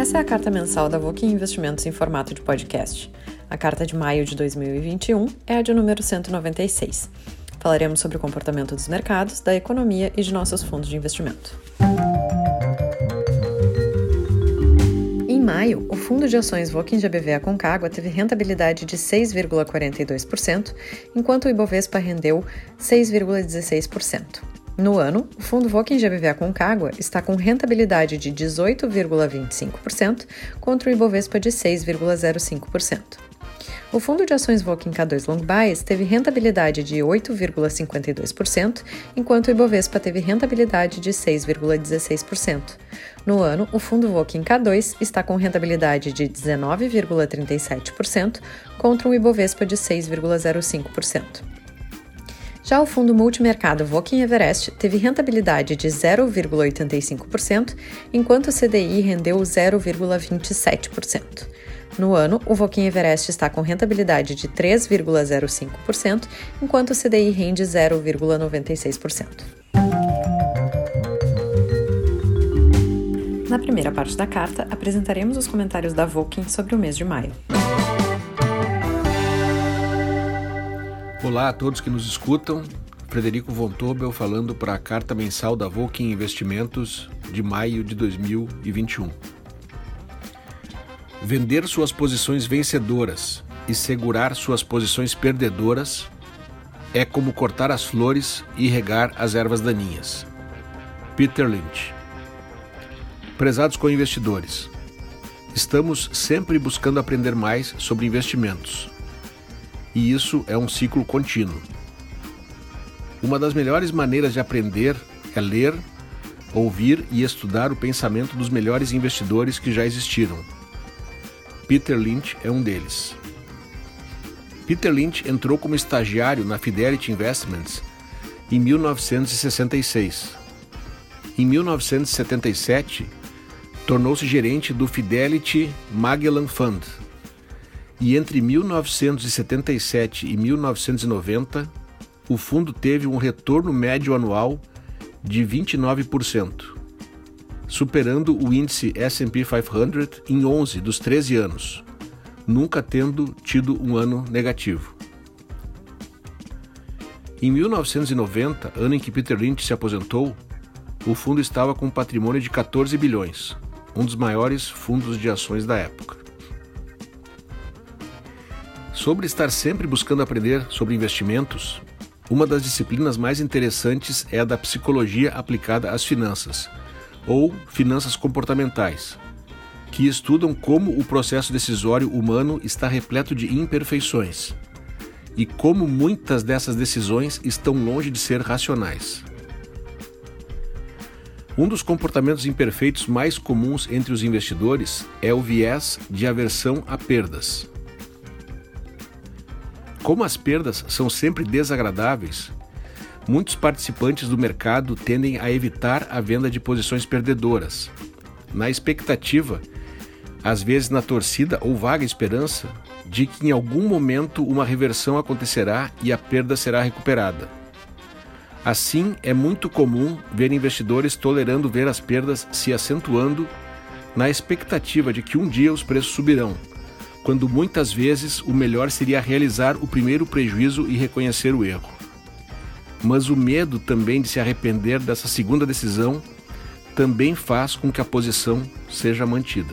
Essa é a carta mensal da Vokin Investimentos em formato de podcast. A carta de maio de 2021 é a de número 196. Falaremos sobre o comportamento dos mercados, da economia e de nossos fundos de investimento. Em maio, o fundo de ações Vokin GBV Aconcagua teve rentabilidade de 6,42%, enquanto o Ibovespa rendeu 6,16%. No ano, o fundo Vokin GBV Aconcagua está com rentabilidade de 18,25% contra o Ibovespa de 6,05%. O fundo de ações Vokin K2 Long Bias teve rentabilidade de 8,52%, enquanto o Ibovespa teve rentabilidade de 6,16%. No ano, o fundo Vokin K2 está com rentabilidade de 19,37% contra o Ibovespa de 6,05%. Já o fundo multimercado Vokin Everest teve rentabilidade de 0,85%, enquanto o CDI rendeu 0,27%. No ano, o Vokin Everest está com rentabilidade de 3,05%, enquanto o CDI rende 0,96%. Na primeira parte da carta, apresentaremos os comentários da Vokin sobre o mês de maio. Olá a todos que nos escutam, Frederico Von Tobel falando para a carta mensal da Vokin Investimentos de maio de 2021. Vender suas posições vencedoras e segurar suas posições perdedoras é como cortar as flores e regar as ervas daninhas. Peter Lynch. Prezados co-investidores, estamos sempre buscando aprender mais sobre investimentos. E isso é um ciclo contínuo. Uma das melhores maneiras de aprender é ler, ouvir e estudar o pensamento dos melhores investidores que já existiram. Peter Lynch é um deles. Peter Lynch entrou como estagiário na Fidelity Investments em 1966. Em 1977, tornou-se gerente do Fidelity Magellan Fund. E entre 1977 e 1990, o fundo teve um retorno médio anual de 29%, superando o índice S&P 500 em 11 dos 13 anos, nunca tendo tido um ano negativo. Em 1990, ano em que Peter Lynch se aposentou, o fundo estava com um patrimônio de 14 bilhões, um dos maiores fundos de ações da época. Sobre estar sempre buscando aprender sobre investimentos, uma das disciplinas mais interessantes é a da psicologia aplicada às finanças, ou finanças comportamentais, que estudam como o processo decisório humano está repleto de imperfeições e como muitas dessas decisões estão longe de ser racionais. Um dos comportamentos imperfeitos mais comuns entre os investidores é o viés de aversão a perdas. Como as perdas são sempre desagradáveis, muitos participantes do mercado tendem a evitar a venda de posições perdedoras, na expectativa, às vezes na torcida ou vaga esperança, de que em algum momento uma reversão acontecerá e a perda será recuperada. Assim, é muito comum ver investidores tolerando ver as perdas se acentuando na expectativa de que um dia os preços subirão, quando muitas vezes o melhor seria realizar o primeiro prejuízo e reconhecer o erro. Mas o medo também de se arrepender dessa segunda decisão também faz com que a posição seja mantida.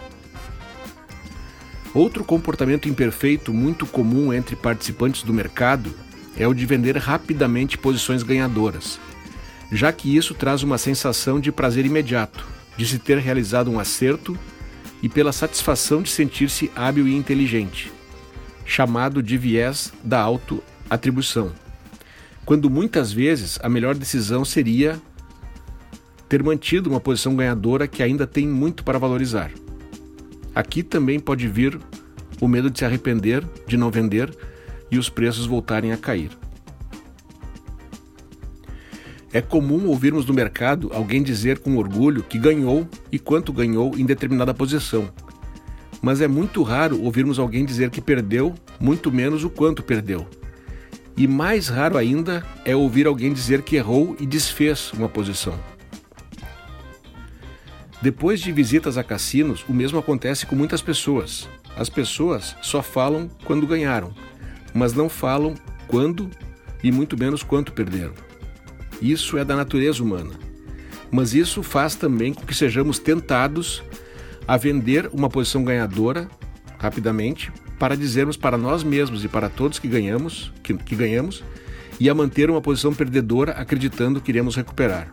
Outro comportamento imperfeito muito comum entre participantes do mercado é o de vender rapidamente posições ganhadoras, já que isso traz uma sensação de prazer imediato, de se ter realizado um acerto e pela satisfação de sentir-se hábil e inteligente, chamado de viés da autoatribuição, quando muitas vezes a melhor decisão seria ter mantido uma posição ganhadora que ainda tem muito para valorizar. Aqui também pode vir o medo de se arrepender, de não vender e os preços voltarem a cair. É comum ouvirmos no mercado alguém dizer com orgulho que ganhou e quanto ganhou em determinada posição. Mas é muito raro ouvirmos alguém dizer que perdeu, muito menos o quanto perdeu. E mais raro ainda é ouvir alguém dizer que errou e desfez uma posição. Depois de visitas a cassinos, o mesmo acontece com muitas pessoas. As pessoas só falam quando ganharam, mas não falam quando e muito menos quanto perderam. Isso é da natureza humana. Mas isso faz também com que sejamos tentados a vender uma posição ganhadora rapidamente para dizermos para nós mesmos e para todos que ganhamos e a manter uma posição perdedora acreditando que iremos recuperar.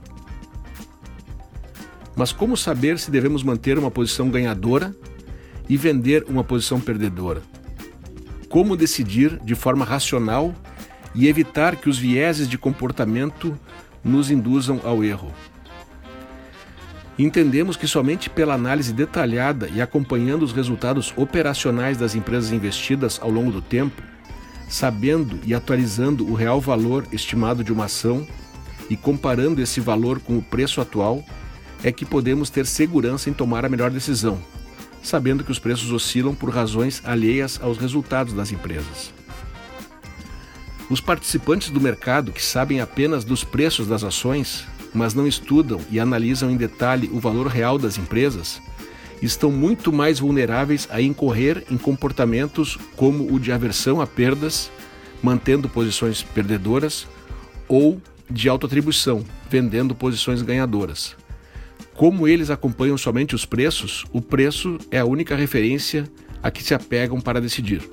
Mas como saber se devemos manter uma posição ganhadora e vender uma posição perdedora? Como decidir de forma racional e evitar que os vieses de comportamento nos induzam ao erro? Entendemos que somente pela análise detalhada e acompanhando os resultados operacionais das empresas investidas ao longo do tempo, sabendo e atualizando o real valor estimado de uma ação e comparando esse valor com o preço atual, é que podemos ter segurança em tomar a melhor decisão, sabendo que os preços oscilam por razões alheias aos resultados das empresas. Os participantes do mercado que sabem apenas dos preços das ações, mas não estudam e analisam em detalhe o valor real das empresas, estão muito mais vulneráveis a incorrer em comportamentos como o de aversão a perdas, mantendo posições perdedoras, ou de autoatribuição, vendendo posições ganhadoras. Como eles acompanham somente os preços, o preço é a única referência a que se apegam para decidir.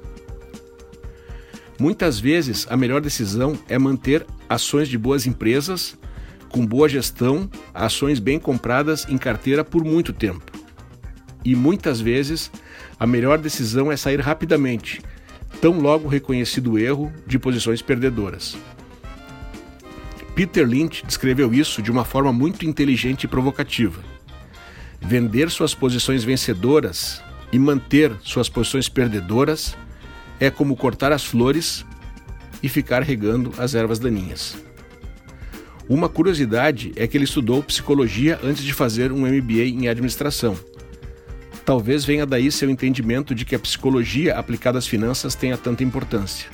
Muitas vezes, a melhor decisão é manter ações de boas empresas, com boa gestão, ações bem compradas em carteira por muito tempo. E muitas vezes, a melhor decisão é sair rapidamente, tão logo reconhecido o erro, de posições perdedoras. Peter Lynch descreveu isso de uma forma muito inteligente e provocativa. Vender suas posições vencedoras e manter suas posições perdedoras é como cortar as flores e ficar regando as ervas daninhas. Uma curiosidade é que ele estudou psicologia antes de fazer um MBA em administração. Talvez venha daí seu entendimento de que a psicologia aplicada às finanças tenha tanta importância.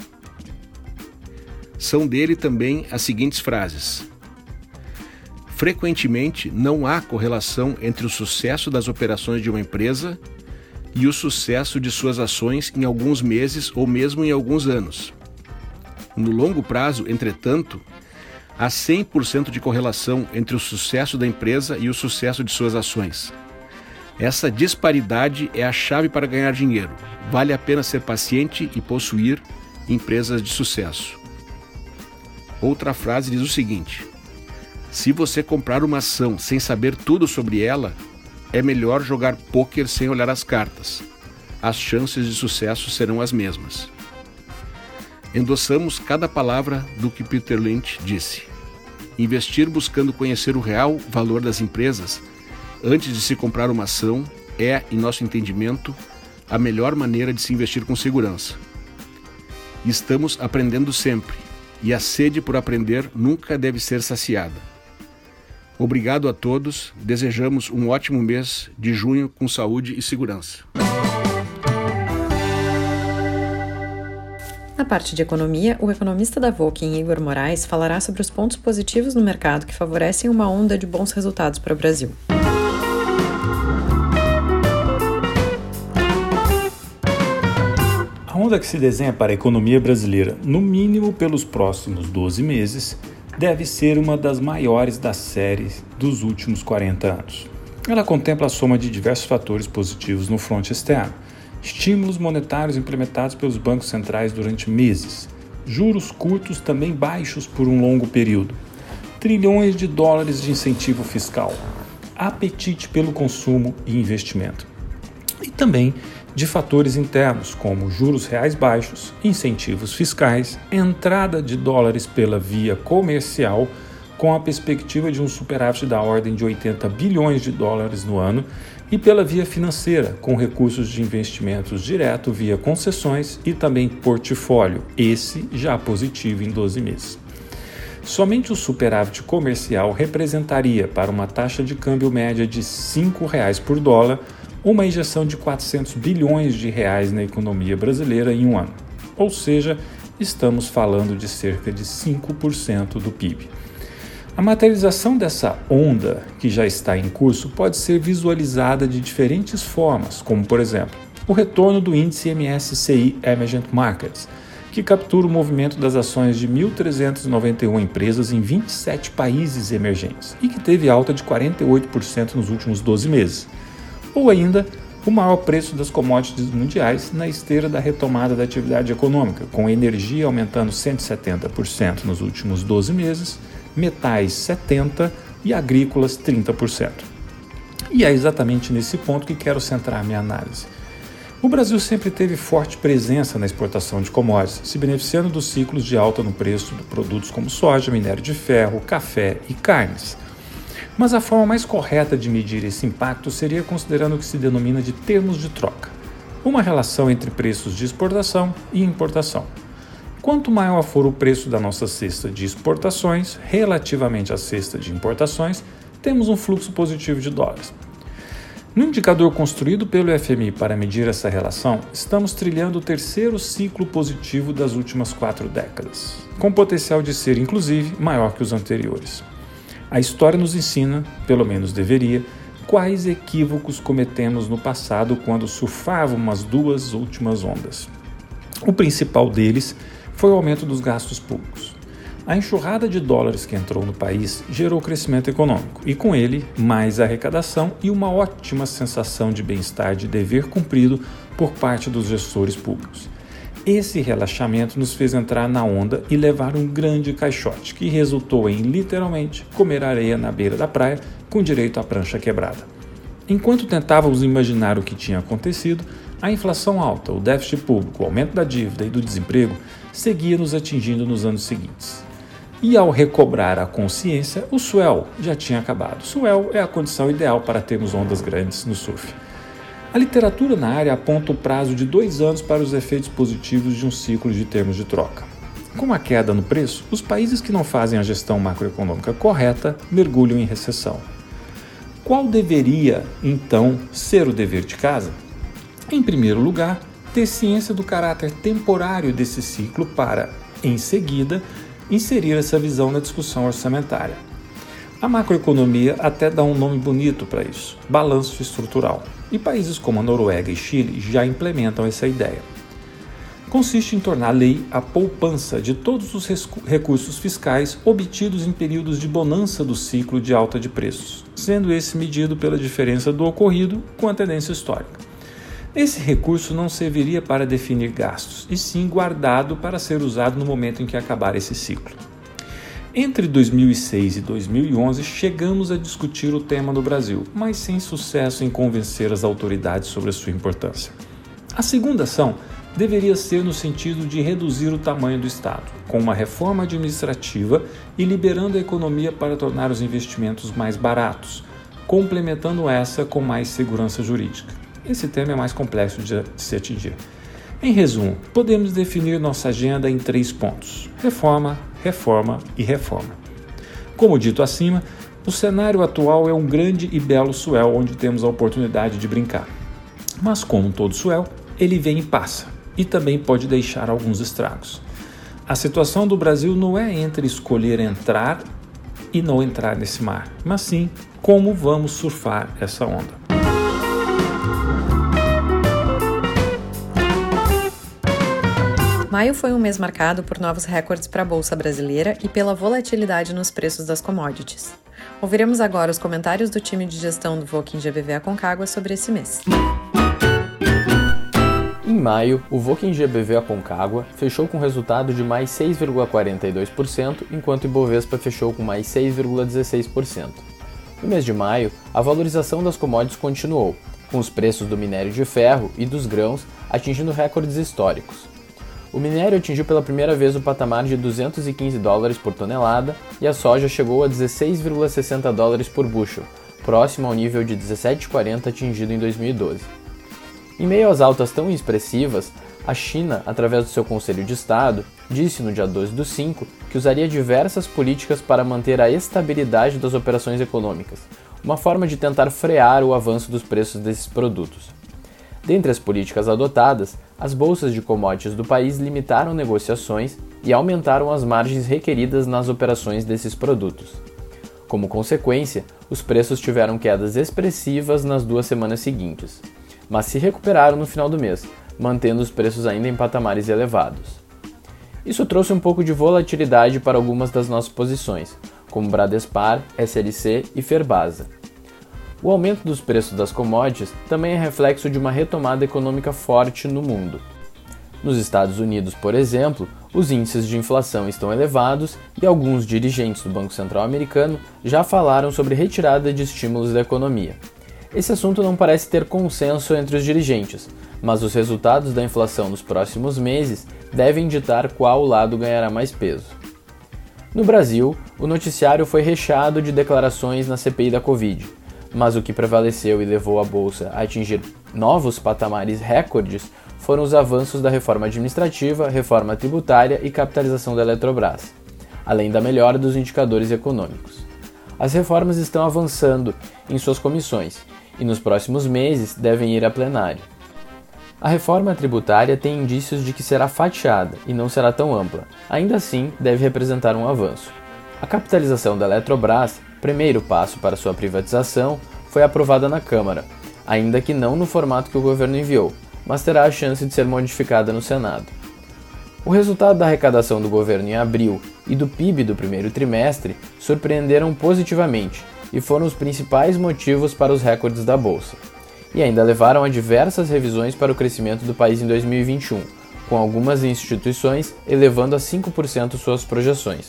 São dele também as seguintes frases: frequentemente não há correlação entre o sucesso das operações de uma empresa e o sucesso de suas ações em alguns meses ou mesmo em alguns anos. No longo prazo, entretanto, há 100% de correlação entre o sucesso da empresa e o sucesso de suas ações. Essa disparidade é a chave para ganhar dinheiro. Vale a pena ser paciente e possuir empresas de sucesso. Outra frase diz o seguinte: se você comprar uma ação sem saber tudo sobre ela, é melhor jogar pôquer sem olhar as cartas. As chances de sucesso serão as mesmas. Endossamos cada palavra do que Peter Lynch disse. Investir buscando conhecer o real valor das empresas antes de se comprar uma ação é, em nosso entendimento, a melhor maneira de se investir com segurança. Estamos aprendendo sempre, e a sede por aprender nunca deve ser saciada. Obrigado a todos, desejamos um ótimo mês de junho com saúde e segurança. Na parte de economia, o economista da Vokin, Igor Moraes, falará sobre os pontos positivos no mercado que favorecem uma onda de bons resultados para o Brasil. A onda que se desenha para a economia brasileira, no mínimo pelos próximos 12 meses, deve ser uma das maiores da série dos últimos 40 anos. Ela contempla a soma de diversos fatores positivos no fronte externo: estímulos monetários implementados pelos bancos centrais durante meses, juros curtos também baixos por um longo período, trilhões de dólares de incentivo fiscal, apetite pelo consumo e investimento. E também de fatores internos, como juros reais baixos, incentivos fiscais, entrada de dólares pela via comercial, com a perspectiva de um superávit da ordem de 80 bilhões de dólares no ano, e pela via financeira, com recursos de investimentos direto via concessões e também portfólio, esse já positivo em 12 meses. Somente o superávit comercial representaria, para uma taxa de câmbio média de R$ 5,00 por dólar, uma injeção de 400 bilhões de reais na economia brasileira em um ano. Ou seja, estamos falando de cerca de 5% do PIB. A materialização dessa onda que já está em curso pode ser visualizada de diferentes formas, como, por exemplo, o retorno do índice MSCI Emerging Markets, que captura o movimento das ações de 1.391 empresas em 27 países emergentes e que teve alta de 48% nos últimos 12 meses. Ou ainda, o maior preço das commodities mundiais na esteira da retomada da atividade econômica, com energia aumentando 170% nos últimos 12 meses, metais 70% e agrícolas 30%. E é exatamente nesse ponto que quero centrar minha análise. O Brasil sempre teve forte presença na exportação de commodities, se beneficiando dos ciclos de alta no preço de produtos como soja, minério de ferro, café e carnes. Mas a forma mais correta de medir esse impacto seria considerando o que se denomina de termos de troca, uma relação entre preços de exportação e importação. Quanto maior for o preço da nossa cesta de exportações relativamente à cesta de importações, temos um fluxo positivo de dólares. No indicador construído pelo FMI para medir essa relação, estamos trilhando o terceiro ciclo positivo das últimas 4 décadas, com potencial de ser, inclusive, maior que os anteriores. A história nos ensina, pelo menos deveria, quais equívocos cometemos no passado quando surfávamos as 2 últimas ondas. O principal deles foi o aumento dos gastos públicos. A enxurrada de dólares que entrou no país gerou crescimento econômico e, com ele, mais arrecadação e uma ótima sensação de bem-estar de dever cumprido por parte dos gestores públicos. Esse relaxamento nos fez entrar na onda e levar um grande caixote, que resultou em, literalmente, comer areia na beira da praia com direito à prancha quebrada. Enquanto tentávamos imaginar o que tinha acontecido, a inflação alta, o déficit público, o aumento da dívida e do desemprego seguia nos atingindo nos anos seguintes. E ao recobrar a consciência, o swell já tinha acabado. Swell é a condição ideal para termos ondas grandes no surf. A literatura na área aponta o prazo de 2 anos para os efeitos positivos de um ciclo de termos de troca. Com a queda no preço, os países que não fazem a gestão macroeconômica correta mergulham em recessão. Qual deveria, então, ser o dever de casa? Em primeiro lugar, ter ciência do caráter temporário desse ciclo para, em seguida, inserir essa visão na discussão orçamentária. A macroeconomia até dá um nome bonito para isso, balanço estrutural, e países como a Noruega e Chile já implementam essa ideia. Consiste em tornar lei a poupança de todos os recursos fiscais obtidos em períodos de bonança do ciclo de alta de preços, sendo esse medido pela diferença do ocorrido com a tendência histórica. Esse recurso não serviria para definir gastos, e sim guardado para ser usado no momento em que acabar esse ciclo. Entre 2006 e 2011, chegamos a discutir o tema no Brasil, mas sem sucesso em convencer as autoridades sobre a sua importância. A segunda ação deveria ser no sentido de reduzir o tamanho do Estado, com uma reforma administrativa e liberando a economia para tornar os investimentos mais baratos, complementando essa com mais segurança jurídica. Esse tema é mais complexo de se atingir. Em resumo, podemos definir nossa agenda em 3 pontos: reforma, reforma e reforma. Como dito acima, o cenário atual é um grande e belo swell onde temos a oportunidade de brincar. Mas como todo swell, ele vem e passa, e também pode deixar alguns estragos. A situação do Brasil não é entre escolher entrar e não entrar nesse mar, mas sim como vamos surfar essa onda. Maio foi um mês marcado por novos recordes para a Bolsa Brasileira e pela volatilidade nos preços das commodities. Ouviremos agora os comentários do time de gestão do Vokin GBV Aconcagua sobre esse mês. Em maio, o Vokin GBV Aconcagua fechou com resultado de mais 6,42%, enquanto o Ibovespa fechou com mais 6,16%. No mês de maio, a valorização das commodities continuou, com os preços do minério de ferro e dos grãos atingindo recordes históricos. O minério atingiu pela primeira vez o patamar de $215 por tonelada e a soja chegou a $16,60 por bushel, próximo ao nível de $17,40 atingido em 2012. Em meio às altas tão expressivas, a China, através do seu Conselho de Estado, disse no dia 12/5 que usaria diversas políticas para manter a estabilidade das operações econômicas, uma forma de tentar frear o avanço dos preços desses produtos. Dentre as políticas adotadas, as bolsas de commodities do país limitaram negociações e aumentaram as margens requeridas nas operações desses produtos. Como consequência, os preços tiveram quedas expressivas nas 2 semanas seguintes, mas se recuperaram no final do mês, mantendo os preços ainda em patamares elevados. Isso trouxe um pouco de volatilidade para algumas das nossas posições, como Bradespar, SLC e Ferbasa. O aumento dos preços das commodities também é reflexo de uma retomada econômica forte no mundo. Nos Estados Unidos, por exemplo, os índices de inflação estão elevados e alguns dirigentes do Banco Central americano já falaram sobre retirada de estímulos da economia. Esse assunto não parece ter consenso entre os dirigentes, mas os resultados da inflação nos próximos meses devem ditar qual lado ganhará mais peso. No Brasil, o noticiário foi recheado de declarações na CPI da Covid, mas o que prevaleceu e levou a Bolsa a atingir novos patamares recordes foram os avanços da reforma administrativa, reforma tributária e capitalização da Eletrobras, além da melhora dos indicadores econômicos. As reformas estão avançando em suas comissões e nos próximos meses devem ir a plenário. A reforma tributária tem indícios de que será fatiada e não será tão ampla, ainda assim deve representar um avanço. A capitalização da Eletrobras, primeiro passo para sua privatização, foi aprovada na Câmara, ainda que não no formato que o governo enviou, mas terá a chance de ser modificada no Senado. O resultado da arrecadação do governo em abril e do PIB do primeiro trimestre surpreenderam positivamente e foram os principais motivos para os recordes da Bolsa. E ainda levaram a diversas revisões para o crescimento do país em 2021, com algumas instituições elevando a 5% suas projeções.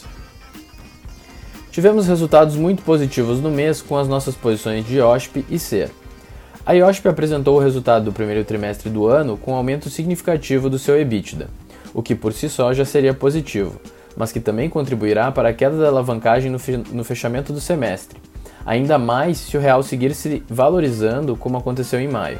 Tivemos resultados muito positivos no mês com as nossas posições de IOSP e SER. A IOSP apresentou o resultado do primeiro trimestre do ano com um aumento significativo do seu EBITDA, o que por si só já seria positivo, mas que também contribuirá para a queda da alavancagem no fechamento do semestre, ainda mais se o real seguir se valorizando como aconteceu em maio.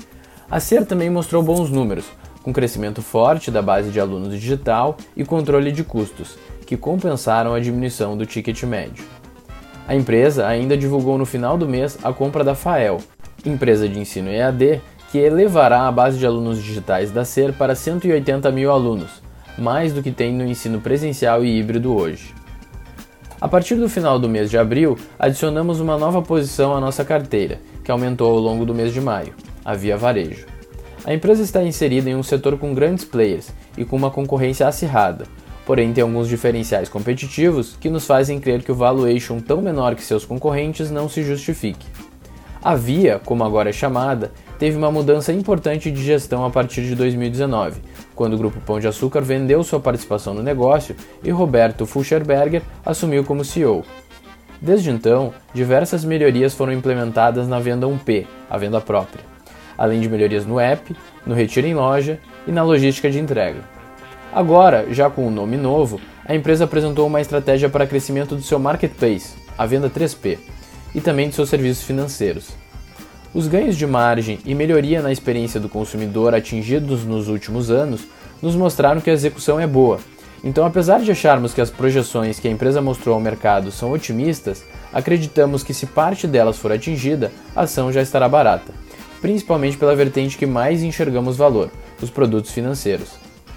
A SER também mostrou bons números, com crescimento forte da base de alunos digital e controle de custos, que compensaram a diminuição do ticket médio. A empresa ainda divulgou no final do mês a compra da Fael, empresa de ensino EAD, que elevará a base de alunos digitais da SER para 180 mil alunos, mais do que tem no ensino presencial e híbrido hoje. A partir do final do mês de abril, adicionamos uma nova posição à nossa carteira, que aumentou ao longo do mês de maio, a Via Varejo. A empresa está inserida em um setor com grandes players e com uma concorrência acirrada, porém tem alguns diferenciais competitivos que nos fazem crer que o valuation tão menor que seus concorrentes não se justifique. A Via, como agora é chamada, teve uma mudança importante de gestão a partir de 2019, quando o Grupo Pão de Açúcar vendeu sua participação no negócio e Roberto Fulcherberger assumiu como CEO. Desde então, diversas melhorias foram implementadas na venda 1P, a venda própria, além de melhorias no app, no retiro em loja e na logística de entrega. Agora, já com um nome novo, a empresa apresentou uma estratégia para crescimento do seu marketplace, a venda 3P, e também de seus serviços financeiros. Os ganhos de margem e melhoria na experiência do consumidor atingidos nos últimos anos nos mostraram que a execução é boa. Então, apesar de acharmos que as projeções que a empresa mostrou ao mercado são otimistas, acreditamos que se parte delas for atingida, a ação já estará barata, principalmente pela vertente que mais enxergamos valor, os produtos financeiros.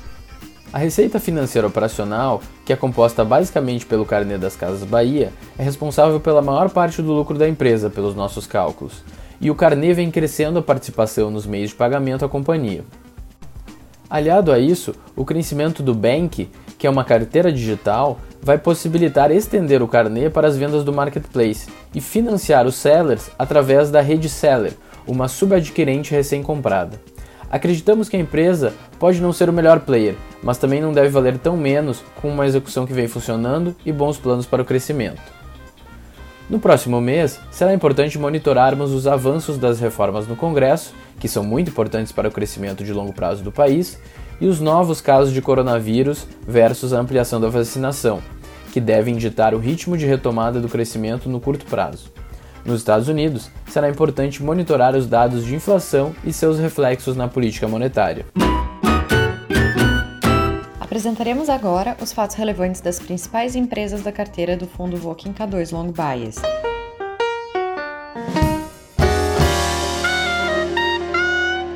A receita financeira operacional, que é composta basicamente pelo carnê das Casas Bahia, é responsável pela maior parte do lucro da empresa pelos nossos cálculos, e o carnê vem crescendo a participação nos meios de pagamento à companhia. Aliado a isso, o crescimento do Bank, que é uma carteira digital, vai possibilitar estender o carnê para as vendas do marketplace e financiar os sellers através da rede Seller, uma subadquirente recém-comprada. Acreditamos que a empresa pode não ser o melhor player, mas também não deve valer tão menos com uma execução que vem funcionando e bons planos para o crescimento. No próximo mês, será importante monitorarmos os avanços das reformas no Congresso, que são muito importantes para o crescimento de longo prazo do país, e os novos casos de coronavírus versus a ampliação da vacinação, que devem ditar o ritmo de retomada do crescimento no curto prazo. Nos Estados Unidos, será importante monitorar os dados de inflação e seus reflexos na política monetária. Apresentaremos agora os fatos relevantes das principais empresas da carteira do fundo Vokin K2 Long Bias.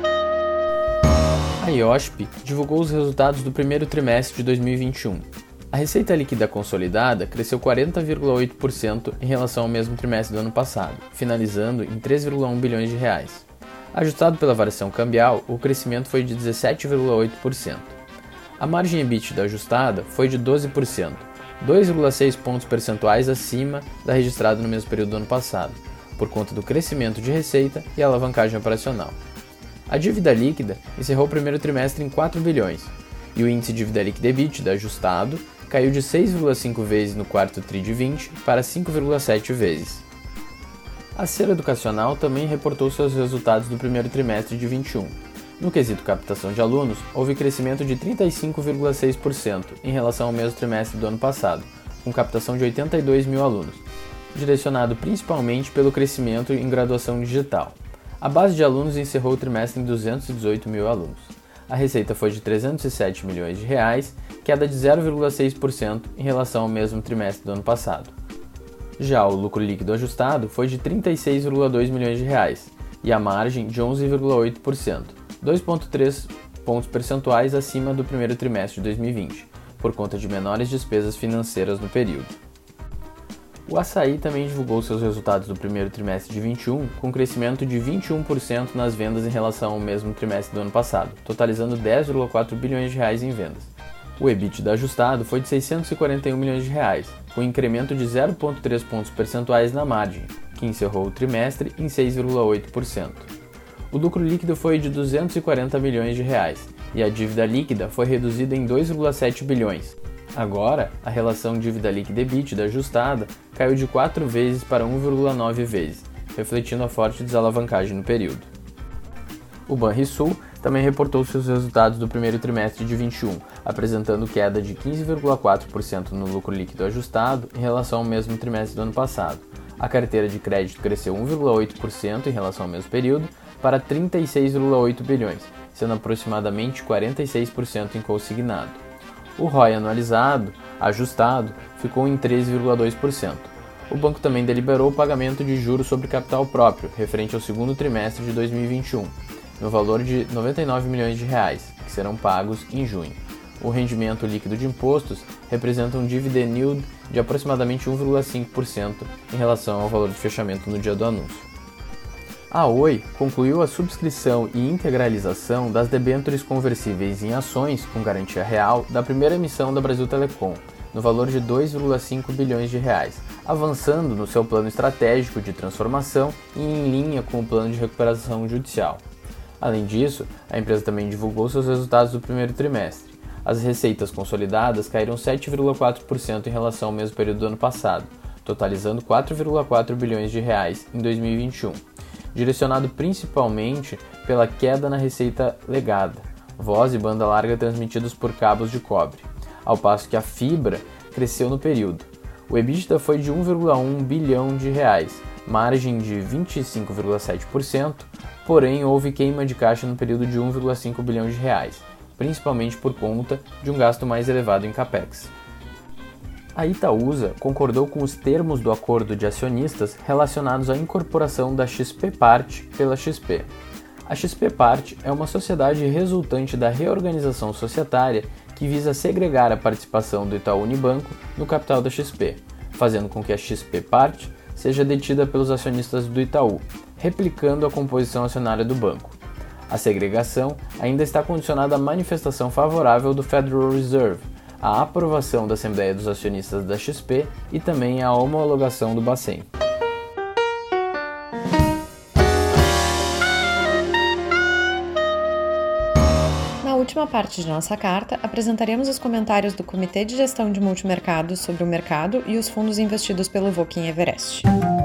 A IOSP divulgou os resultados do primeiro trimestre de 2021. A receita líquida consolidada cresceu 40,8% em relação ao mesmo trimestre do ano passado, finalizando em 3,1 bilhões de reais. Ajustado pela variação cambial, o crescimento foi de 17,8%. A margem EBITDA ajustada foi de 12%, 2,6 pontos percentuais acima da registrada no mesmo período do ano passado, por conta do crescimento de receita e alavancagem operacional. A dívida líquida encerrou o primeiro trimestre em 4 bilhões, e o índice de dívida líquida EBITDA ajustado caiu de 6,5 vezes no quarto TRI de 20 para 5,7 vezes. A Ser Educacional também reportou seus resultados do primeiro trimestre de 21. No quesito captação de alunos, houve crescimento de 35,6% em relação ao mesmo trimestre do ano passado, com captação de 82 mil alunos, direcionado principalmente pelo crescimento em graduação digital. A base de alunos encerrou o trimestre em 218 mil alunos. A receita foi de 307 milhões de reais, queda de 0,6% em relação ao mesmo trimestre do ano passado. Já o lucro líquido ajustado foi de 36,2 milhões de reais e a margem de 11,8%, 2,3 pontos percentuais acima do primeiro trimestre de 2020, por conta de menores despesas financeiras no período. O Assaí também divulgou seus resultados do primeiro trimestre de 21, com crescimento de 21% nas vendas em relação ao mesmo trimestre do ano passado, totalizando 10,4 bilhões de reais em vendas. O EBITDA ajustado foi de 641 milhões de reais, com incremento de 0,3 pontos percentuais na margem, que encerrou o trimestre em 6,8%. O lucro líquido foi de 240 milhões de reais, e a dívida líquida foi reduzida em 2,7 bilhões. Agora, a relação dívida líquida EBITDA ajustada caiu de 4 vezes para 1,9 vezes, refletindo a forte desalavancagem no período. O Banrisul também reportou seus resultados do primeiro trimestre de 21, apresentando queda de 15,4% no lucro líquido ajustado em relação ao mesmo trimestre do ano passado. A carteira de crédito cresceu 1,8% em relação ao mesmo período para 36,8 bilhões, sendo aproximadamente 46% em consignado. O ROI anualizado, ajustado, ficou em 13,2%. O banco também deliberou o pagamento de juros sobre capital próprio, referente ao segundo trimestre de 2021, no valor de 99 milhões de reais, que serão pagos em junho. O rendimento líquido de impostos representa um dividend yield de aproximadamente 1,5% em relação ao valor de fechamento no dia do anúncio. A Oi concluiu a subscrição e integralização das debêntures conversíveis em ações com garantia real da primeira emissão da Brasil Telecom, no valor de 2,5 bilhões de reais, avançando no seu plano estratégico de transformação e em linha com o plano de recuperação judicial. Além disso, a empresa também divulgou seus resultados do primeiro trimestre. As receitas consolidadas caíram 7,4% em relação ao mesmo período do ano passado, totalizando 4,4 bilhões de reais em 2021. Direcionado principalmente pela queda na receita legada, voz e banda larga transmitidos por cabos de cobre, ao passo que a fibra cresceu no período. O EBITDA foi de 1,1 bilhão de reais, margem de 25,7%, porém houve queima de caixa no período de 1,5 bilhão de reais, principalmente por conta de um gasto mais elevado em capex. A Itaúsa concordou com os termos do acordo de acionistas relacionados à incorporação da XP Part pela XP. A XP Part é uma sociedade resultante da reorganização societária que visa segregar a participação do Itaú Unibanco no capital da XP, fazendo com que a XP Part seja detida pelos acionistas do Itaú, replicando a composição acionária do banco. A segregação ainda está condicionada à manifestação favorável do Federal Reserve, a aprovação da Assembleia dos Acionistas da XP e também a homologação do Bacen. Na última parte de nossa carta, apresentaremos os comentários do Comitê de Gestão de Multimercados sobre o mercado e os fundos investidos pelo Vokin Everest.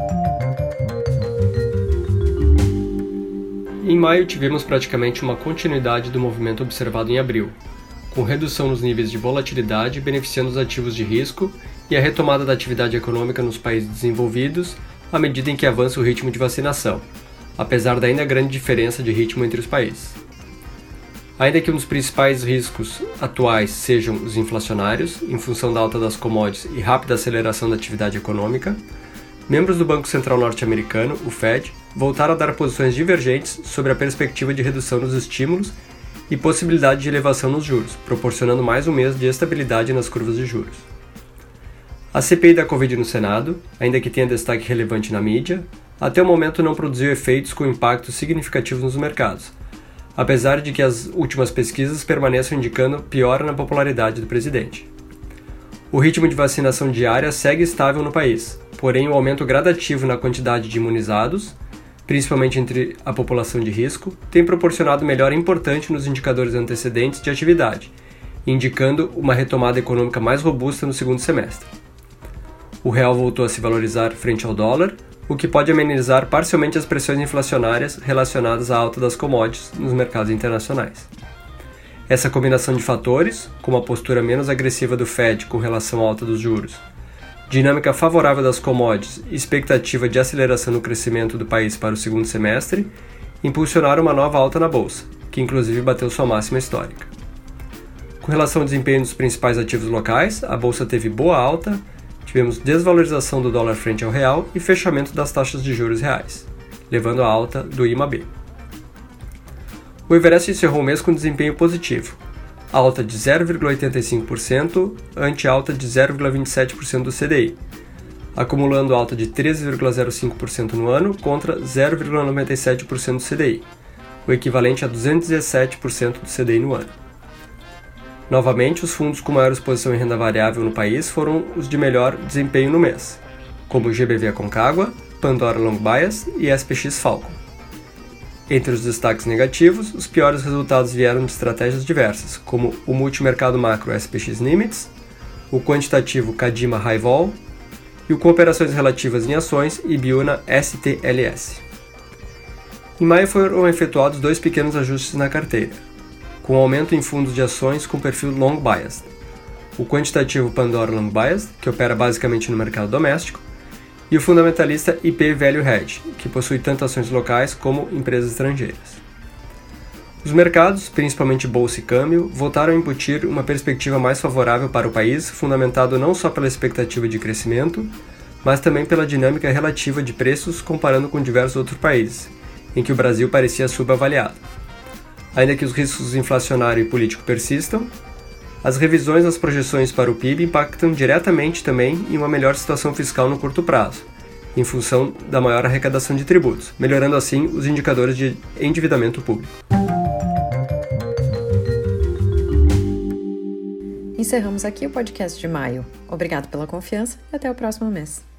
Em maio, tivemos praticamente uma continuidade do movimento observado em abril, com redução nos níveis de volatilidade beneficiando os ativos de risco e a retomada da atividade econômica nos países desenvolvidos à medida em que avança o ritmo de vacinação, apesar da ainda grande diferença de ritmo entre os países. Ainda que um dos principais riscos atuais sejam os inflacionários, em função da alta das commodities e rápida aceleração da atividade econômica, membros do Banco Central norte-americano, o Fed, voltaram a dar posições divergentes sobre a perspectiva de redução nos estímulos e possibilidade de elevação nos juros, proporcionando mais um mês de estabilidade nas curvas de juros. A CPI da Covid no Senado, ainda que tenha destaque relevante na mídia, até o momento não produziu efeitos com impactos significativos nos mercados, apesar de que as últimas pesquisas permaneçam indicando piora na popularidade do presidente. O ritmo de vacinação diária segue estável no país, porém o aumento gradativo na quantidade de imunizados, principalmente entre a população de risco, tem proporcionado melhora importante nos indicadores antecedentes de atividade, indicando uma retomada econômica mais robusta no segundo semestre. O real voltou a se valorizar frente ao dólar, o que pode amenizar parcialmente as pressões inflacionárias relacionadas à alta das commodities nos mercados internacionais. Essa combinação de fatores, como a postura menos agressiva do Fed com relação à alta dos juros, dinâmica favorável das commodities e expectativa de aceleração no crescimento do país para o segundo semestre, impulsionaram uma nova alta na bolsa, que inclusive bateu sua máxima histórica. Com relação ao desempenho dos principais ativos locais, a bolsa teve boa alta, tivemos desvalorização do dólar frente ao real e fechamento das taxas de juros reais, levando à alta do IMAB. O Everest encerrou o mês com desempenho positivo, alta de 0,85% ante alta de 0,27% do CDI, acumulando alta de 13,05% no ano contra 0,97% do CDI, o equivalente a 217% do CDI no ano. Novamente, os fundos com maior exposição em renda variável no país foram os de melhor desempenho no mês, como o GBV Aconcagua, Pandora Long Bias e SPX Falcon. Entre os destaques negativos, os piores resultados vieram de estratégias diversas, como o multimercado macro SPX Limits, o quantitativo Cadima High Vol e o com operações relativas em ações e Biuna STLS. Em maio foram efetuados 2 pequenos ajustes na carteira, com aumento em fundos de ações com perfil Long Biased, o quantitativo Pandora Long Biased, que opera basicamente no mercado doméstico, e o fundamentalista IP Value Hedge, que possui tanto ações locais como empresas estrangeiras. Os mercados, principalmente bolsa e câmbio, voltaram a embutir uma perspectiva mais favorável para o país, fundamentado não só pela expectativa de crescimento, mas também pela dinâmica relativa de preços comparando com diversos outros países, em que o Brasil parecia subavaliado. Ainda que os riscos inflacionário e político persistam, as revisões das projeções para o PIB impactam diretamente também em uma melhor situação fiscal no curto prazo, em função da maior arrecadação de tributos, melhorando assim os indicadores de endividamento público. Encerramos aqui o podcast de maio. Obrigado pela confiança e até o próximo mês.